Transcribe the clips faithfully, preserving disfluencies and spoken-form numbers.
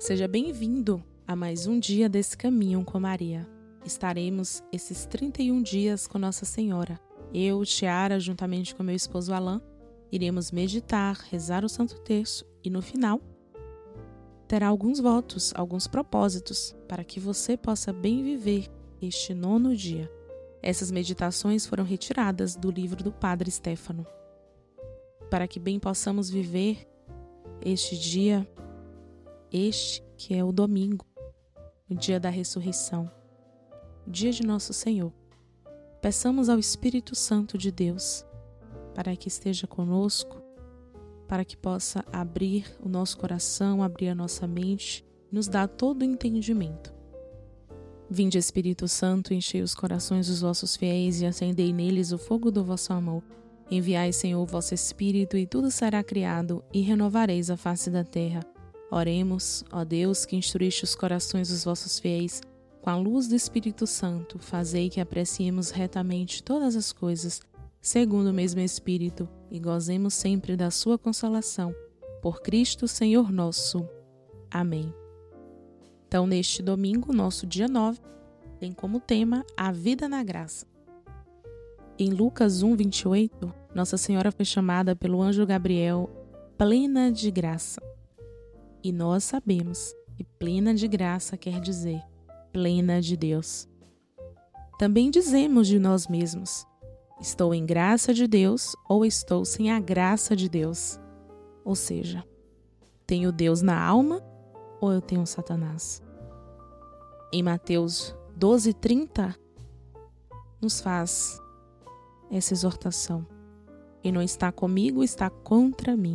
Seja bem-vindo a mais um dia desse caminho com Maria. Estaremos esses trinta e um dias com Nossa Senhora. Eu, Tiara, juntamente com meu esposo Alain, iremos meditar, rezar o Santo Terço e no final terá alguns votos, alguns propósitos para que você possa bem viver este nono dia. Essas meditações foram retiradas do livro do Padre Stefano. Para que bem possamos viver este dia, este que é o domingo, o dia da ressurreição, o dia de nosso Senhor. Peçamos ao Espírito Santo de Deus para que esteja conosco, para que possa abrir o nosso coração, abrir a nossa mente, nos dar todo o entendimento. Vinde, Espírito Santo, enchei os corações dos vossos fiéis e acendei neles o fogo do vosso amor. Enviai, Senhor, o vosso Espírito, e tudo será criado, e renovareis a face da terra. Oremos, ó Deus, que instruíste os corações dos vossos fiéis, com a luz do Espírito Santo, fazei que apreciemos retamente todas as coisas, segundo o mesmo Espírito, e gozemos sempre da sua consolação. Por Cristo, Senhor nosso. Amém. Então, neste domingo, nosso dia nove, tem como tema a vida na graça. Em Lucas um, vinte e oito, Nossa Senhora foi chamada pelo anjo Gabriel plena de graça. E nós sabemos que plena de graça quer dizer plena de Deus. Também dizemos de nós mesmos: estou em graça de Deus ou estou sem a graça de Deus. Ou seja, tenho Deus na alma ou eu tenho Satanás? Em Mateus doze, trinta, nos faz essa exortação: quem não está comigo está contra mim.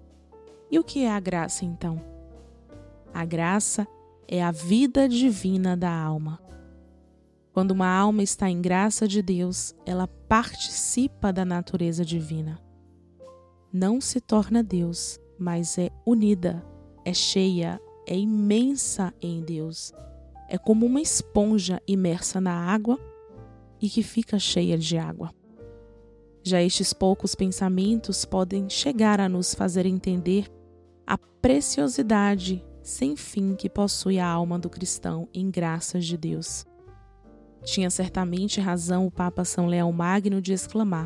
E o que é a graça, então? A graça é a vida divina da alma. Quando uma alma está em graça de Deus, ela participa da natureza divina. Não se torna Deus, mas é unida, é cheia, é imensa em Deus. É como uma esponja imersa na água e que fica cheia de água. Já estes poucos pensamentos podem chegar a nos fazer entender a preciosidade sem fim que possui a alma do cristão em graças de Deus. Tinha certamente razão o Papa São Leão Magno de exclamar: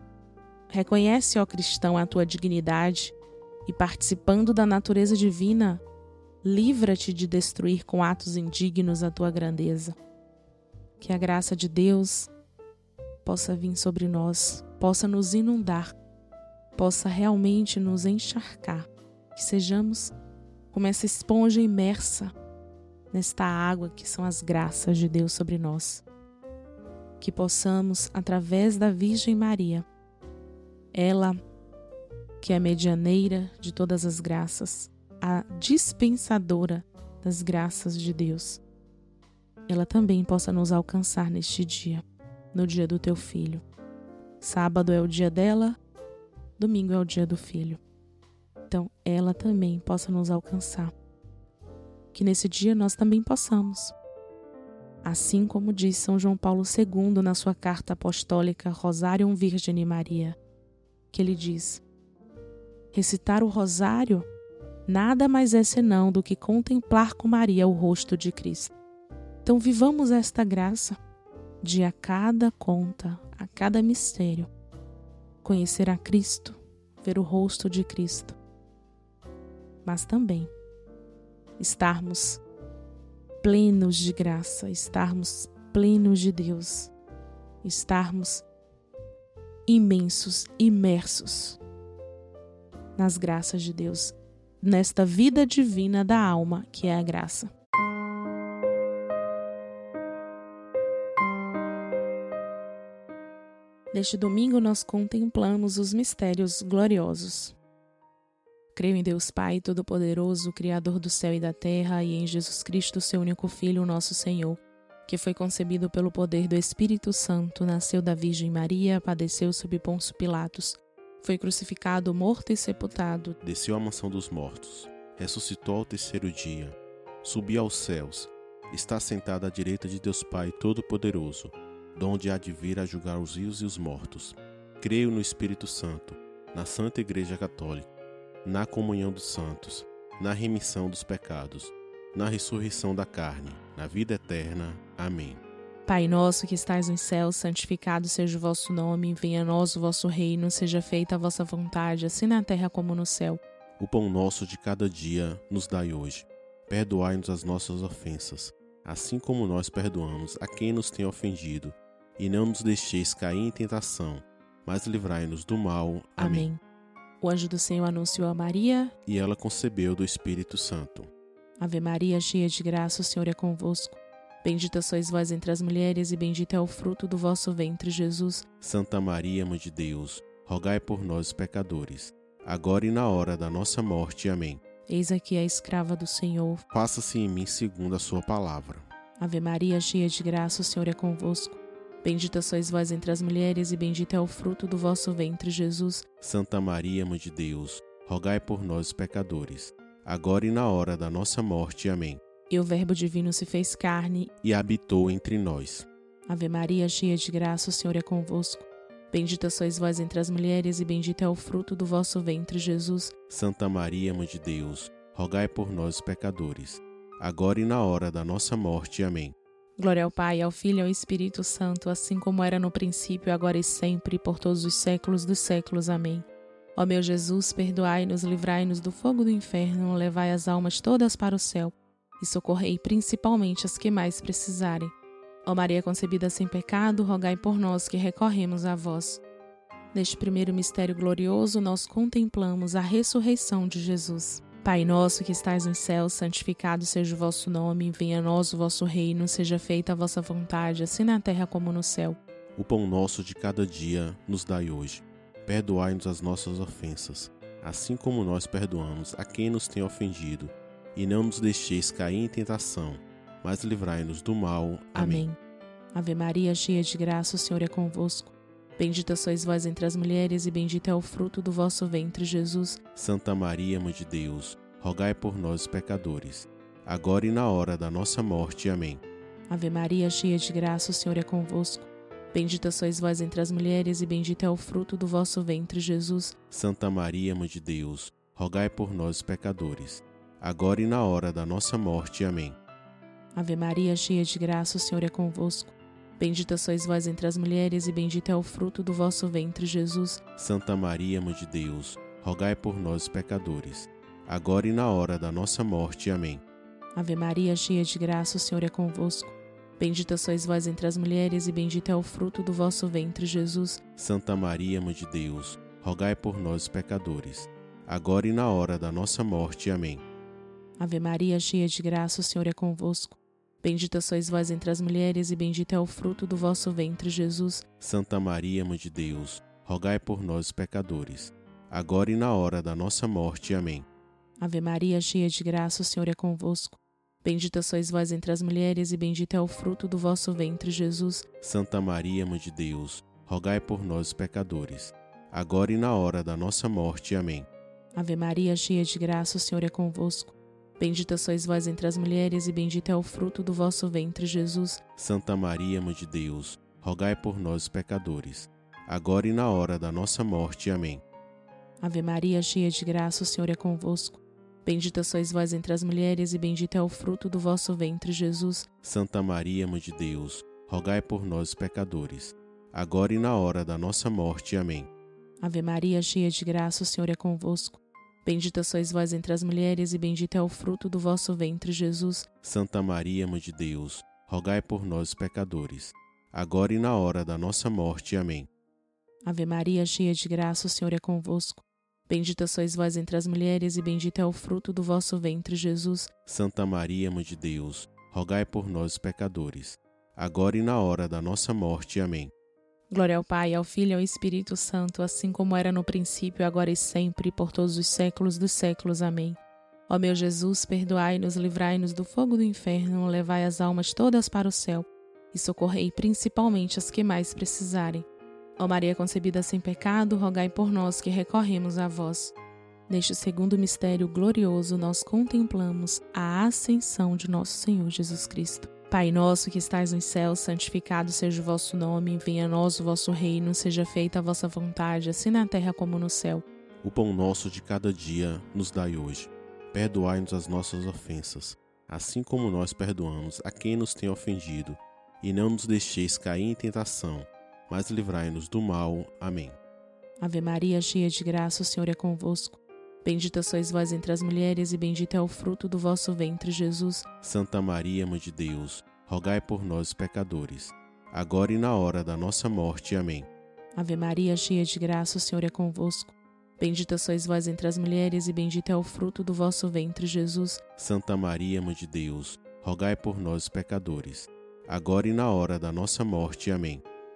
reconhece, ó cristão, a tua dignidade e, participando da natureza divina, livra-te de destruir com atos indignos a tua grandeza. Que a graça de Deus possa vir sobre nós, possa nos inundar, possa realmente nos encharcar, que sejamos como essa esponja imersa nesta água que são as graças de Deus sobre nós. Que possamos, através da Virgem Maria, ela que é a medianeira de todas as graças, a dispensadora das graças de Deus, ela também possa nos alcançar neste dia, no dia do teu filho. Sábado é o dia dela, domingo é o dia do filho. Então, ela também possa nos alcançar. Que nesse dia nós também possamos. Assim como diz São João Paulo segundo na sua carta apostólica Rosarium Virgine Maria, que ele diz: recitar o rosário nada mais é senão do que contemplar com Maria o rosto de Cristo. Então vivamos esta graça de a cada conta, a cada mistério, conhecer a Cristo, ver o rosto de Cristo, mas também estarmos plenos de graça, estarmos plenos de Deus, estarmos imensos, imersos nas graças de Deus, nesta vida divina da alma que é a graça. Neste domingo nós contemplamos os mistérios gloriosos. Creio em Deus Pai Todo-Poderoso, Criador do céu e da terra, e em Jesus Cristo, seu único Filho, nosso Senhor, que foi concebido pelo poder do Espírito Santo, nasceu da Virgem Maria, padeceu sob Pôncio Pilatos, foi crucificado, morto e sepultado, desceu à mansão dos mortos, ressuscitou ao terceiro dia, subiu aos céus, está sentado à direita de Deus Pai Todo-Poderoso, donde há de vir a julgar os vivos e os mortos. Creio no Espírito Santo, na Santa Igreja Católica, na comunhão dos santos, na remissão dos pecados, na ressurreição da carne, na vida eterna. Amém. Pai nosso que estais nos céus, santificado seja o vosso nome, venha a nós o vosso reino, seja feita a vossa vontade, assim na terra como no céu. O pão nosso de cada dia nos dai hoje. Perdoai-nos as nossas ofensas, assim como nós perdoamos a quem nos tem ofendido, e não nos deixeis cair em tentação, mas livrai-nos do mal. Amém. Amém. O anjo do Senhor anunciou a Maria, E ela concebeu do Espírito Santo. Ave Maria, cheia de graça, o Senhor é convosco. Bendita sois vós entre as mulheres, e bendito é o fruto do vosso ventre, Jesus. Santa Maria, Mãe de Deus, rogai por nós, pecadores, agora e na hora da nossa morte. Amém. Eis aqui a escrava do Senhor. Faça-se em mim segundo a sua palavra. Ave Maria, cheia de graça, o Senhor é convosco. Bendita sois vós entre as mulheres, e bendito é o fruto do vosso ventre, Jesus. Santa Maria, Mãe de Deus, rogai por nós, pecadores, agora e na hora da nossa morte. Amém. E o Verbo divino se fez carne E habitou entre nós. Ave Maria, cheia de graça, o Senhor é convosco. Bendita sois vós entre as mulheres, e bendito é o fruto do vosso ventre, Jesus. Santa Maria, Mãe de Deus, rogai por nós, pecadores, agora e na hora da nossa morte. Amém. Glória ao Pai, ao Filho e ao Espírito Santo, assim como era no princípio, agora e sempre, por todos os séculos dos séculos. Amém. Ó meu Jesus, perdoai-nos, livrai-nos do fogo do inferno, levai as almas todas para o céu e socorrei principalmente as que mais precisarem. Ó Maria concebida sem pecado, rogai por nós que recorremos a vós. Neste primeiro mistério glorioso, nós contemplamos a ressurreição de Jesus. Pai nosso que estais nos céus, santificado seja o vosso nome, venha a nós o vosso reino, seja feita a vossa vontade, assim na terra como no céu. O pão nosso de cada dia nos dai hoje. Perdoai-nos as nossas ofensas, assim como nós perdoamos a quem nos tem ofendido, e não nos deixeis cair em tentação, mas livrai-nos do mal. Amém. Amém. Ave Maria, cheia de graça, o Senhor é convosco. Bendita sois vós entre as mulheres, e bendito é o fruto do vosso ventre, Jesus. Santa Maria, Mãe de Deus, rogai por nós, pecadores, agora e na hora da nossa morte. Amém. Ave Maria, cheia de graça, o Senhor é convosco. Bendita sois vós entre as mulheres, e bendito é o fruto do vosso ventre, Jesus. Santa Maria, Mãe de Deus, rogai por nós, pecadores, agora e na hora da nossa morte. Amém. Ave Maria, cheia de graça, o Senhor é convosco. Bendita sois vós entre as mulheres, e bendito é o fruto do vosso ventre, Jesus. Santa Maria, Mãe de Deus, rogai por nós, pecadores, agora e na hora da nossa morte. Amém. Ave Maria, cheia de graça, o Senhor é convosco. Bendita sois vós entre as mulheres, e bendito é o fruto do vosso ventre, Jesus. Santa Maria, Mãe de Deus, rogai por nós, pecadores, agora e na hora da nossa morte. Amém. Ave Maria, cheia de graça, o Senhor é convosco. Bendita sois vós entre as mulheres, e bendito é o fruto do vosso ventre, Jesus. Santa Maria, Mãe de Deus, rogai por nós, pecadores, agora e na hora da nossa morte. Amém. Ave Maria, cheia de graça, o Senhor é convosco. Bendita sois vós entre as mulheres, e bendito é o fruto do vosso ventre, Jesus. Santa Maria, Mãe de Deus, rogai por nós, pecadores, agora e na hora da nossa morte. Amém. Ave Maria, cheia de graça, o Senhor é convosco. Bendita sois vós entre as mulheres, e bendito é o fruto do vosso ventre, Jesus. Santa Maria, Mãe de Deus, rogai por nós, pecadores, agora e na hora da nossa morte. Amém. Ave Maria, cheia de graça, o Senhor é convosco. Bendita sois vós entre as mulheres, e bendito é o fruto do vosso ventre, Jesus. Santa Maria, Mãe de Deus, rogai por nós, pecadores, agora e na hora da nossa morte. Amém. Ave Maria, cheia de graça, o Senhor é convosco. Bendita sois vós entre as mulheres, e bendito é o fruto do vosso ventre, Jesus. Santa Maria, Mãe de Deus, rogai por nós, pecadores, agora e na hora da nossa morte. Amém. Ave Maria, cheia de graça, o Senhor é convosco. Bendita sois vós entre as mulheres, e bendito é o fruto do vosso ventre, Jesus. Santa Maria, Mãe de Deus, rogai por nós, pecadores, agora e na hora da nossa morte. Amém. Glória ao Pai, ao Filho e ao Espírito Santo, assim como era no princípio, agora e sempre, por todos os séculos dos séculos. Amém. Ó meu Jesus, perdoai-nos, livrai-nos do fogo do inferno, levai as almas todas para o céu e socorrei principalmente as que mais precisarem. Ó Maria concebida sem pecado, rogai por nós que recorremos a vós. Neste segundo mistério glorioso, nós contemplamos a ascensão de nosso Senhor Jesus Cristo. Pai nosso que estais nos céus, santificado seja o vosso nome, venha a nós o vosso reino, seja feita a vossa vontade, assim na terra como no céu. O pão nosso de cada dia nos dai hoje. Perdoai-nos as nossas ofensas, assim como nós perdoamos a quem nos tem ofendido, e não nos deixeis cair em tentação, mas livrai-nos do mal. Amém. Ave Maria, cheia de graça, o Senhor é convosco. Bendita sois vós entre as mulheres, e bendito é o fruto do vosso ventre, Jesus. Santa Maria, Mãe de Deus, rogai por nós, pecadores, agora e na hora da nossa morte. Amém. Ave Maria, cheia de graça, o Senhor é convosco. Bendita sois vós entre as mulheres, e bendito é o fruto do vosso ventre, Jesus. Santa Maria, Mãe de Deus, rogai por nós, pecadores, agora e na hora da nossa morte. Amém.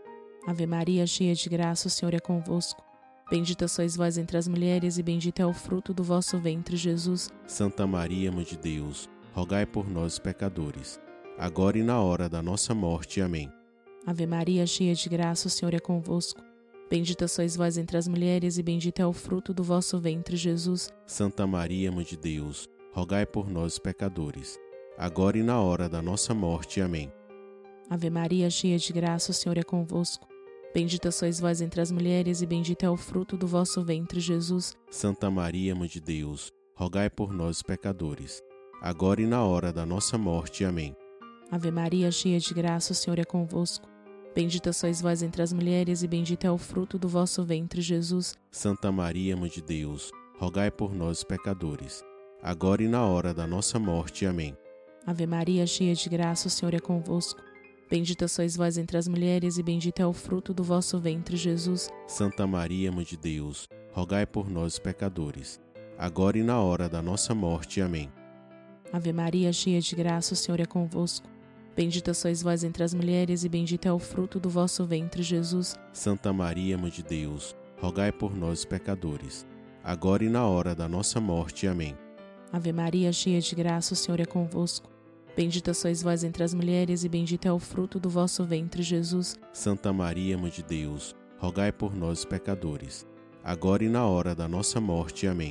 Ave Maria, cheia de graça, o Senhor é convosco. Bendita sois vós entre as mulheres, e bendito é o fruto do vosso ventre, Jesus. Santa Maria, Mãe de Deus, rogai por nós, pecadores, agora e na hora da nossa morte. Amém. Ave Maria, cheia de graça, o Senhor é convosco. Bendita sois vós entre as mulheres, e bendito é o fruto do vosso ventre, Jesus. Santa Maria, Mãe de Deus, rogai por nós, pecadores, agora e na hora da nossa morte. Amém. Ave Maria, cheia de graça, o Senhor é convosco. Bendita sois vós entre as mulheres, e bendito é o fruto do vosso ventre, Jesus. Santa Maria, Mãe de Deus, rogai por nós, pecadores, agora e na hora da nossa morte. Amém. Ave Maria, cheia de graça, o Senhor é convosco. Bendita sois vós entre as mulheres, e bendito é o fruto do vosso ventre, Jesus. Santa Maria, Mãe de Deus, rogai por nós, pecadores, agora e na hora da nossa morte. Amém. Ave Maria, cheia de graça, o Senhor é convosco. Bendita sois vós entre as mulheres, e bendito é o fruto do vosso ventre, Jesus. Santa Maria, Mãe de Deus, rogai por nós, pecadores, agora e na hora da nossa morte. Amém. Ave Maria, cheia de graça, o Senhor é convosco. Bendita sois vós entre as mulheres, e bendito é o fruto do vosso ventre, Jesus. Santa Maria, Mãe de Deus, rogai por nós, pecadores, agora e na hora da nossa morte. Amém. Ave Maria, cheia de graça, o Senhor é convosco. Bendita sois vós entre as mulheres, e bendito é o fruto do vosso ventre, Jesus. Santa Maria, Mãe de Deus, rogai por nós, pecadores, agora e na hora da nossa morte. Amém.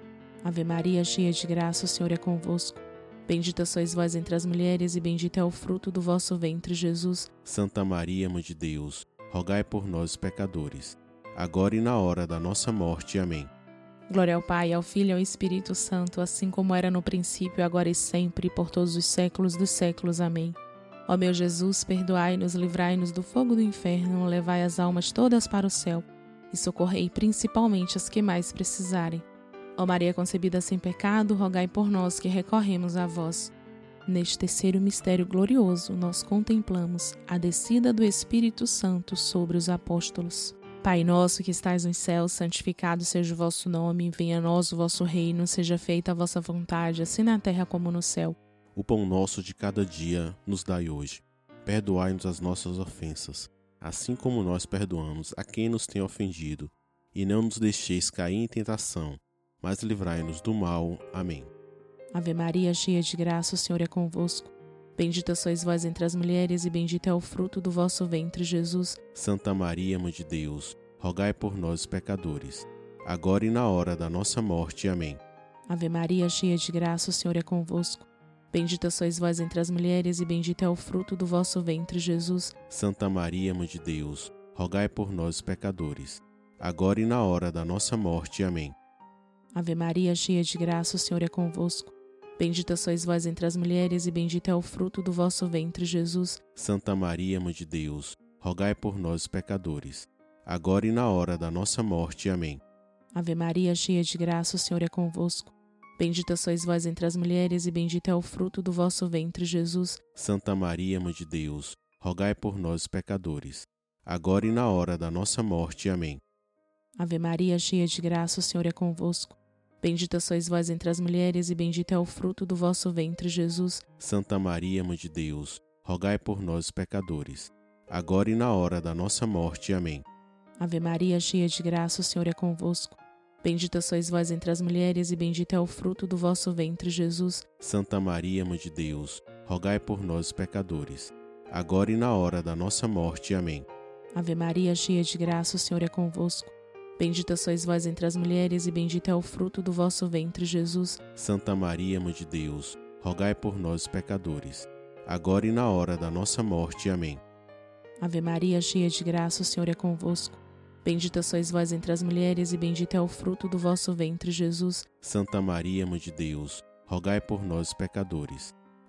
Ave Maria, cheia de graça, o Senhor é convosco. Bendita sois vós entre as mulheres, e bendito é o fruto do vosso ventre, Jesus. Santa Maria, Mãe de Deus, rogai por nós, pecadores, agora e na hora da nossa morte. Amém. Glória ao Pai, ao Filho e ao Espírito Santo, assim como era no princípio, agora e sempre, por todos os séculos dos séculos. Amém. Ó meu Jesus, perdoai-nos, livrai-nos do fogo do inferno, levai as almas todas para o céu e socorrei principalmente as que mais precisarem. Ó Maria concebida sem pecado, rogai por nós que recorremos a vós. Neste terceiro mistério glorioso, nós contemplamos a descida do Espírito Santo sobre os apóstolos. Pai nosso que estais nos céus, santificado seja o vosso nome, venha a nós o vosso reino, seja feita a vossa vontade, assim na terra como no céu. O pão nosso de cada dia nos dai hoje. Perdoai-nos as nossas ofensas, assim como nós perdoamos a quem nos tem ofendido, e não nos deixeis cair em tentação, mas livrai-nos do mal. Amém. Ave Maria, cheia de graça, o Senhor é convosco. Bendita sois vós entre as mulheres, e bendito é o fruto do vosso ventre, Jesus. Santa Maria, Mãe de Deus, rogai por nós, pecadores, agora e na hora da nossa morte. Amém. Ave Maria, cheia de graça, o Senhor é convosco. Bendita sois vós entre as mulheres, e bendito é o fruto do vosso ventre, Jesus. Santa Maria, Mãe de Deus, rogai por nós, pecadores, agora e na hora da nossa morte. Amém. Ave Maria, cheia de graça, o Senhor é convosco. Bendita sois vós entre as mulheres, e bendito é o fruto do vosso ventre, Jesus. Santa Maria, Mãe de Deus, rogai por nós, pecadores, agora e na hora da nossa morte. Amém. Ave Maria, cheia de graça, o Senhor é convosco. Bendita sois vós entre as mulheres, e bendito é o fruto do vosso ventre, Jesus. Santa Maria, Mãe de Deus, rogai por nós, pecadores, agora e na hora da nossa morte. Amém. Ave Maria, cheia de graça, o Senhor é convosco. Bendita sois vós entre as mulheres, e bendito é o fruto do vosso ventre, Jesus. Santa Maria, Mãe de Deus, rogai por nós, pecadores, agora e na hora da nossa morte. Amém. Ave Maria, cheia de graça, o Senhor é convosco. Bendita sois vós entre as mulheres, e bendito é o fruto do vosso ventre, Jesus. Santa Maria, Mãe de Deus, rogai por nós, pecadores, agora e na hora da nossa morte. Amém. Ave Maria, cheia de graça, o Senhor é convosco. Bendita sois vós entre as mulheres, e bendito é o fruto do vosso ventre, Jesus. Santa Maria, Mãe de Deus, rogai por nós, pecadores, agora e na hora da nossa morte. Amém. Ave Maria, cheia de graça, o Senhor é convosco. Bendita sois vós entre as mulheres, e bendito é o fruto do vosso ventre, Jesus. Santa Maria, Mãe de Deus, rogai por nós, pecadores,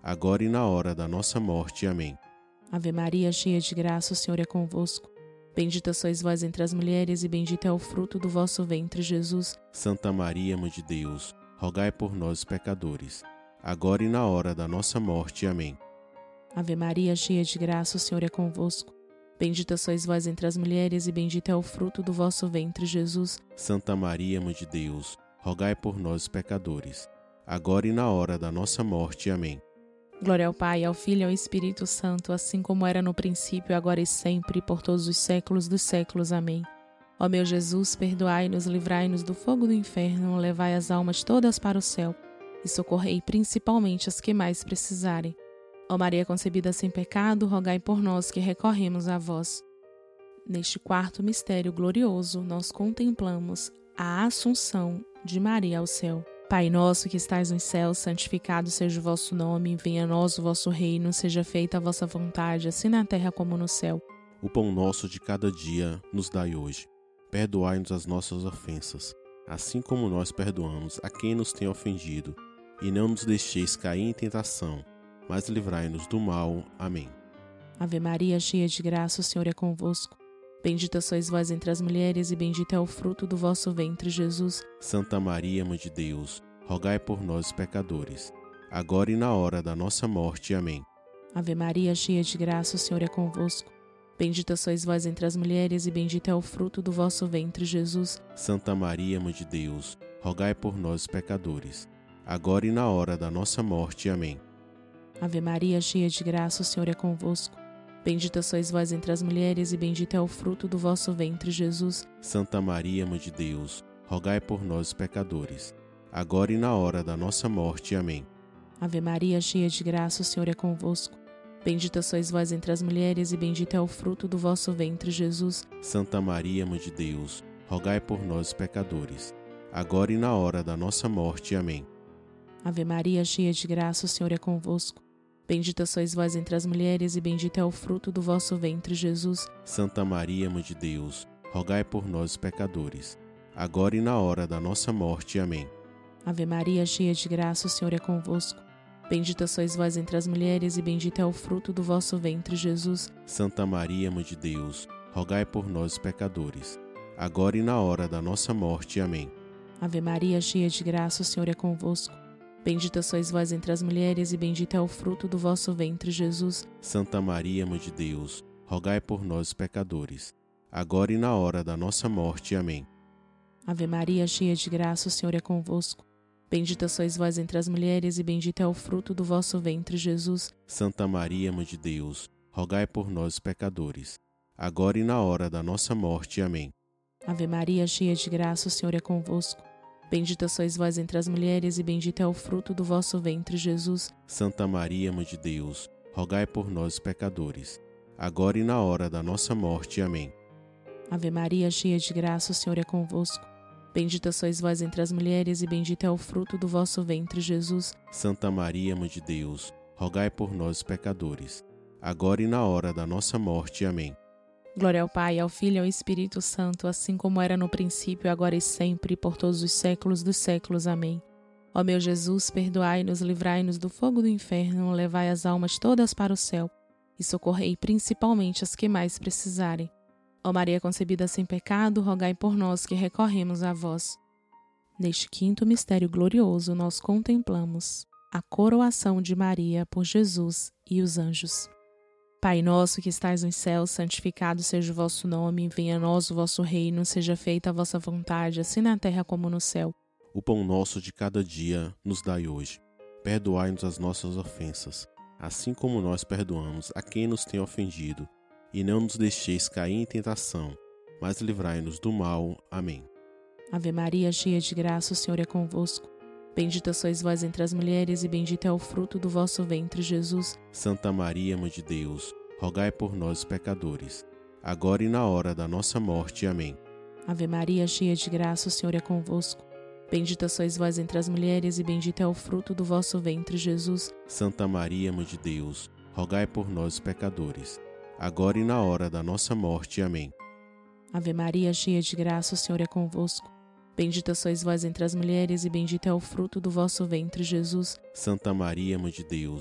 agora e na hora da nossa morte. Amém. Ave Maria, cheia de graça, o Senhor é convosco. Bendita sois vós entre as mulheres e bendito é o fruto do vosso ventre, Jesus. Santa Maria, Mãe de Deus, rogai por nós, pecadores, agora e na hora da nossa morte. Amém. Ave Maria, cheia de graça, o Senhor é convosco. Bendita sois vós entre as mulheres e bendito é o fruto do vosso ventre, Jesus. Santa Maria, Mãe de Deus, rogai por nós, pecadores, agora e na hora da nossa morte. Amém. Glória ao Pai, ao Filho e ao Espírito Santo, assim como era no princípio, agora e sempre, por todos os séculos dos séculos. Amém. Ó meu Jesus, perdoai-nos, livrai-nos do fogo do inferno, levai as almas todas para o céu e socorrei principalmente as que mais precisarem. Ó Maria concebida sem pecado, rogai por nós que recorremos a vós. Neste quarto mistério glorioso, nós contemplamos a Assunção de Maria ao céu. Pai nosso que estais nos céus, santificado seja o vosso nome, venha a nós o vosso reino, seja feita a vossa vontade, assim na terra como no céu. O pão nosso de cada dia nos dai hoje. Perdoai-nos as nossas ofensas, assim como nós perdoamos a quem nos tem ofendido, e não nos deixeis cair em tentação, mas livrai-nos do mal. Amém. Ave Maria, cheia de graça, o Senhor é convosco. Bendita sois vós entre as mulheres e bendito é o fruto do vosso ventre, Jesus. Santa Maria, Mãe de Deus, rogai por nós, pecadores, agora e na hora da nossa morte. Amém. Ave Maria, cheia de graça, o Senhor é convosco. Bendita sois vós entre as mulheres e bendito é o fruto do vosso ventre, Jesus. Santa Maria, Mãe de Deus, rogai por nós, pecadores, agora e na hora da nossa morte. Amém. Ave Maria, cheia de graça, o Senhor é convosco. Bendita sois vós entre as mulheres e bendito é o fruto do vosso ventre, Jesus. Santa Maria, Mãe de Deus, rogai por nós, pecadores, agora e na hora da nossa morte. Amém. Ave Maria, cheia de graça, o Senhor é convosco. Bendita sois vós entre as mulheres e bendito é o fruto do vosso ventre, Jesus. Santa Maria, Mãe de Deus, rogai por nós, pecadores, agora e na hora da nossa morte. Amém. Ave Maria, cheia de graça, o Senhor é convosco. Bendita sois vós entre as mulheres e bendito é o fruto do vosso ventre, Jesus. Santa Maria, Mãe de Deus, rogai por nós, pecadores, agora e na hora da nossa morte. Amém. Ave Maria, cheia de graça, o Senhor é convosco. Bendita sois vós entre as mulheres e bendito é o fruto do vosso ventre, Jesus. Santa Maria, Mãe de Deus, rogai por nós, pecadores, agora e na hora da nossa morte. Amém. Ave Maria, cheia de graça, o Senhor é convosco. Bendita sois vós entre as mulheres e bendito é o fruto do vosso ventre, Jesus. Santa Maria, Mãe de Deus, rogai por nós, pecadores, agora e na hora da nossa morte. Amém. Ave Maria, cheia de graça, o Senhor é convosco. Bendita sois vós entre as mulheres e bendito é o fruto do vosso ventre, Jesus. Santa Maria, Mãe de Deus, rogai por nós, pecadores, agora e na hora da nossa morte. Amém. Ave Maria, cheia de graça, o Senhor é convosco. Bendita sois vós entre as mulheres e bendito é o fruto do vosso ventre, Jesus. Santa Maria, Mãe de Deus, rogai por nós, pecadores, agora e na hora da nossa morte. Amém. Ave Maria, cheia de graça, o Senhor é convosco. Bendita sois vós entre as mulheres e bendito é o fruto do vosso ventre, Jesus. Santa Maria, Mãe de Deus, rogai por nós, pecadores, agora e na hora da nossa morte. Amém. Glória ao Pai, ao Filho e ao Espírito Santo, assim como era no princípio, agora e sempre, por todos os séculos dos séculos. Amém. Ó meu Jesus, perdoai-nos, livrai-nos do fogo do inferno, levai as almas todas para o céu e socorrei principalmente as que mais precisarem. Ó Maria concebida sem pecado, rogai por nós que recorremos a vós. Neste quinto mistério glorioso, nós contemplamos a coroação de Maria por Jesus e os anjos. Pai nosso que estais nos céus, santificado seja o vosso nome, venha a nós o vosso reino, seja feita a vossa vontade, assim na terra como no céu. O pão nosso de cada dia nos dai hoje. Perdoai-nos as nossas ofensas, assim como nós perdoamos a quem nos tem ofendido, e não nos deixeis cair em tentação, mas livrai-nos do mal. Amém. Ave Maria, cheia de graça, o Senhor é convosco. Bendita sois vós entre as mulheres e bendito é o fruto do vosso ventre, Jesus. Santa Maria, Mãe de Deus, rogai por nós, pecadores, agora e na hora da nossa morte. Amém. Ave Maria, cheia de graça, o Senhor é convosco. Bendita sois vós entre as mulheres e bendito é o fruto do vosso ventre, Jesus. Santa Maria, Mãe de Deus, rogai por nós, pecadores, agora e na hora da nossa morte. Amém. Ave Maria, cheia de graça, o Senhor é convosco. Bendita sois vós entre as mulheres e bendito é o fruto do vosso ventre, Jesus. Santa Maria, Mãe de Deus,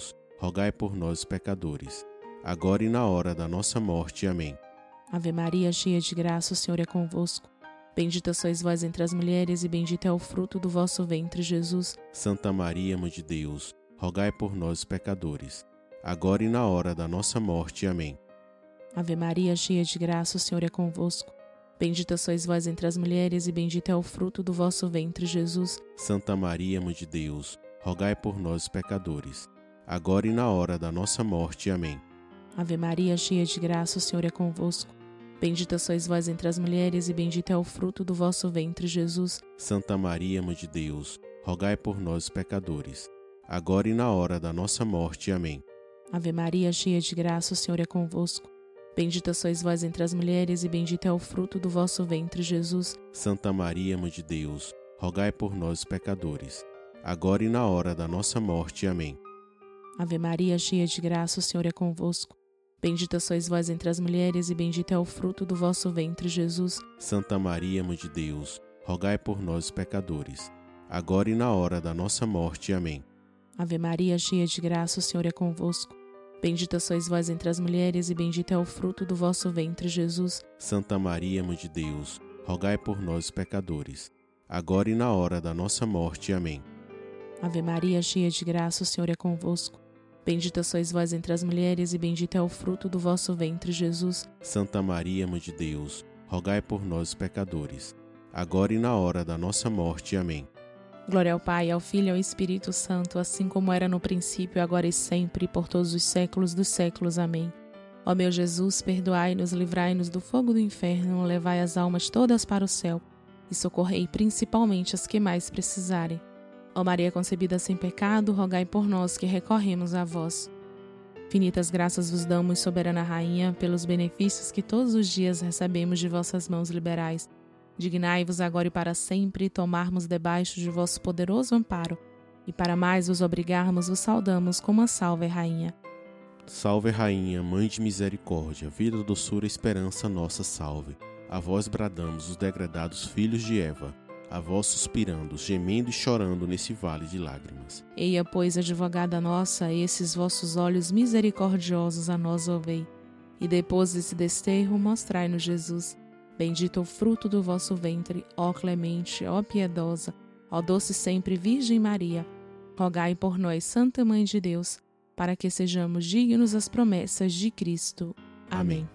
rogai por nós, pecadores, agora e na hora da nossa morte. Amém. Ave Maria, cheia de graça, o Senhor é convosco. Bendita sois vós entre as mulheres, e bendito é o fruto do vosso ventre, Jesus. Santa Maria, Mãe de Deus, rogai por nós, pecadores, agora e na hora da nossa morte. Amém. Ave Maria, cheia de graça, o Senhor é convosco. Bendita sois vós entre as mulheres, e bendito é o fruto do vosso ventre, Jesus. Santa Maria, Mãe de Deus, rogai por nós, pecadores, agora e na hora da nossa morte. Amém. Ave Maria, cheia de graça, o Senhor é convosco. Bendita sois vós entre as mulheres, e bendito é o fruto do vosso ventre, Jesus. Santa Maria, Mãe de Deus, rogai por nós, pecadores, agora e na hora da nossa morte. Amém. Ave Maria, cheia de graça, o Senhor é convosco. Bendita sois vós entre as mulheres, e bendito é o fruto do vosso ventre, Jesus. Santa Maria, Mãe de Deus, rogai por nós, pecadores, agora e na hora da nossa morte. Amém. Ave Maria, cheia de graça, o Senhor é convosco. Bendita sois vós entre as mulheres, e bendito é o fruto do vosso ventre, Jesus. Santa Maria, Mãe de Deus, rogai por nós, pecadores, agora e na hora da nossa morte. Amém. Ave Maria, cheia de graça, o Senhor é convosco. Bendita sois vós entre as mulheres, e bendito é o fruto do vosso ventre, Jesus. Santa Maria, Mãe de Deus, rogai por nós, pecadores, agora e na hora da nossa morte. Amém. Ave Maria, cheia de graça, o Senhor é convosco. Bendita sois vós entre as mulheres, e bendito é o fruto do vosso ventre, Jesus. Santa Maria, Mãe de Deus, rogai por nós, pecadores, agora e na hora da nossa morte. Amém. Glória ao Pai, ao Filho e ao Espírito Santo, assim como era no princípio, agora e sempre, por todos os séculos dos séculos. Amém. Ó meu Jesus, perdoai-nos, livrai-nos do fogo do inferno, levai as almas todas para o céu e socorrei principalmente as que mais precisarem. Ó Maria concebida sem pecado, rogai por nós que recorremos a vós. Infinitas graças vos damos, soberana Rainha, pelos benefícios que todos os dias recebemos de vossas mãos liberais. Dignai-vos agora e para sempre tomarmos debaixo de vosso poderoso amparo, e para mais vos obrigarmos, vos saudamos como a Salve Rainha. Salve Rainha, Mãe de misericórdia, vida, doçura, esperança, nossa salve. A vós bradamos os degredados filhos de Eva, a vós suspirando, gemendo e chorando nesse vale de lágrimas. Eia, pois, advogada nossa, esses vossos olhos misericordiosos a nós ouvei, e depois desse desterro mostrai-nos Jesus. Bendito o fruto do vosso ventre, ó clemente, ó piedosa, ó doce sempre Virgem Maria. Rogai por nós, Santa Mãe de Deus, para que sejamos dignos das promessas de Cristo. Amém.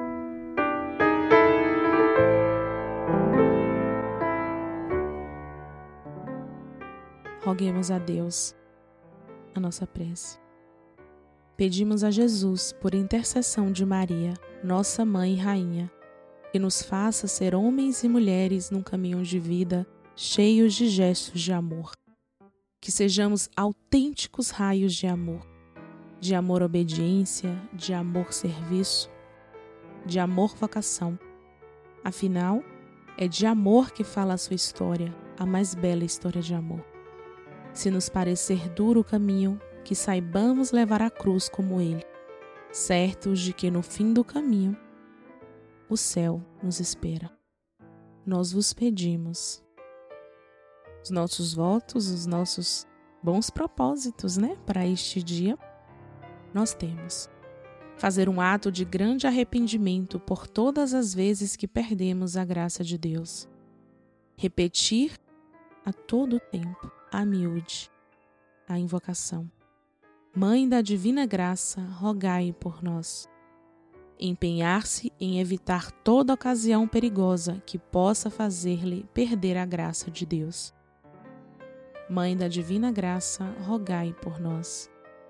Roguemos a Deus a nossa prece. Pedimos a Jesus, por intercessão de Maria, nossa Mãe e Rainha, que nos faça ser homens e mulheres num caminho de vida cheios de gestos de amor. Que sejamos autênticos raios de amor, de amor obediência, de amor serviço, de amor vocação. Afinal, é de amor que fala a sua história, a mais bela história de amor. Se nos parecer duro o caminho, que saibamos levar a cruz como Ele, certos de que no fim do caminho, o céu nos espera. Nós vos pedimos os nossos votos, os nossos bons propósitos, né, para este dia. Nós temos fazer um ato de grande arrependimento por todas as vezes que perdemos a graça de Deus. Repetir a todo tempo, a miúde, a invocação. Mãe da divina graça, rogai por nós. Empenhar-se em evitar toda ocasião perigosa que possa fazer-lhe perder a graça de Deus. Mãe da divina graça, rogai por nós.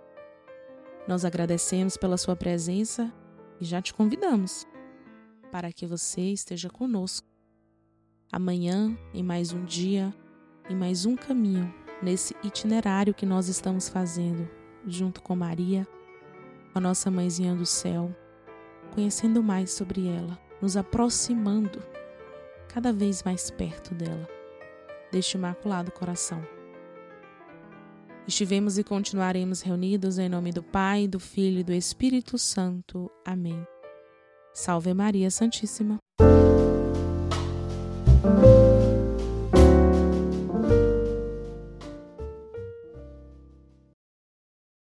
Nós agradecemos pela sua presença e já te convidamos para que você esteja conosco amanhã, em mais um dia, em mais um caminho, nesse itinerário que nós estamos fazendo, junto com Maria, a nossa mãezinha do céu, conhecendo mais sobre ela, nos aproximando cada vez mais perto dela, deste imaculado coração. Estivemos e continuaremos reunidos em nome do Pai, do Filho e do Espírito Santo. Amém. Salve Maria Santíssima.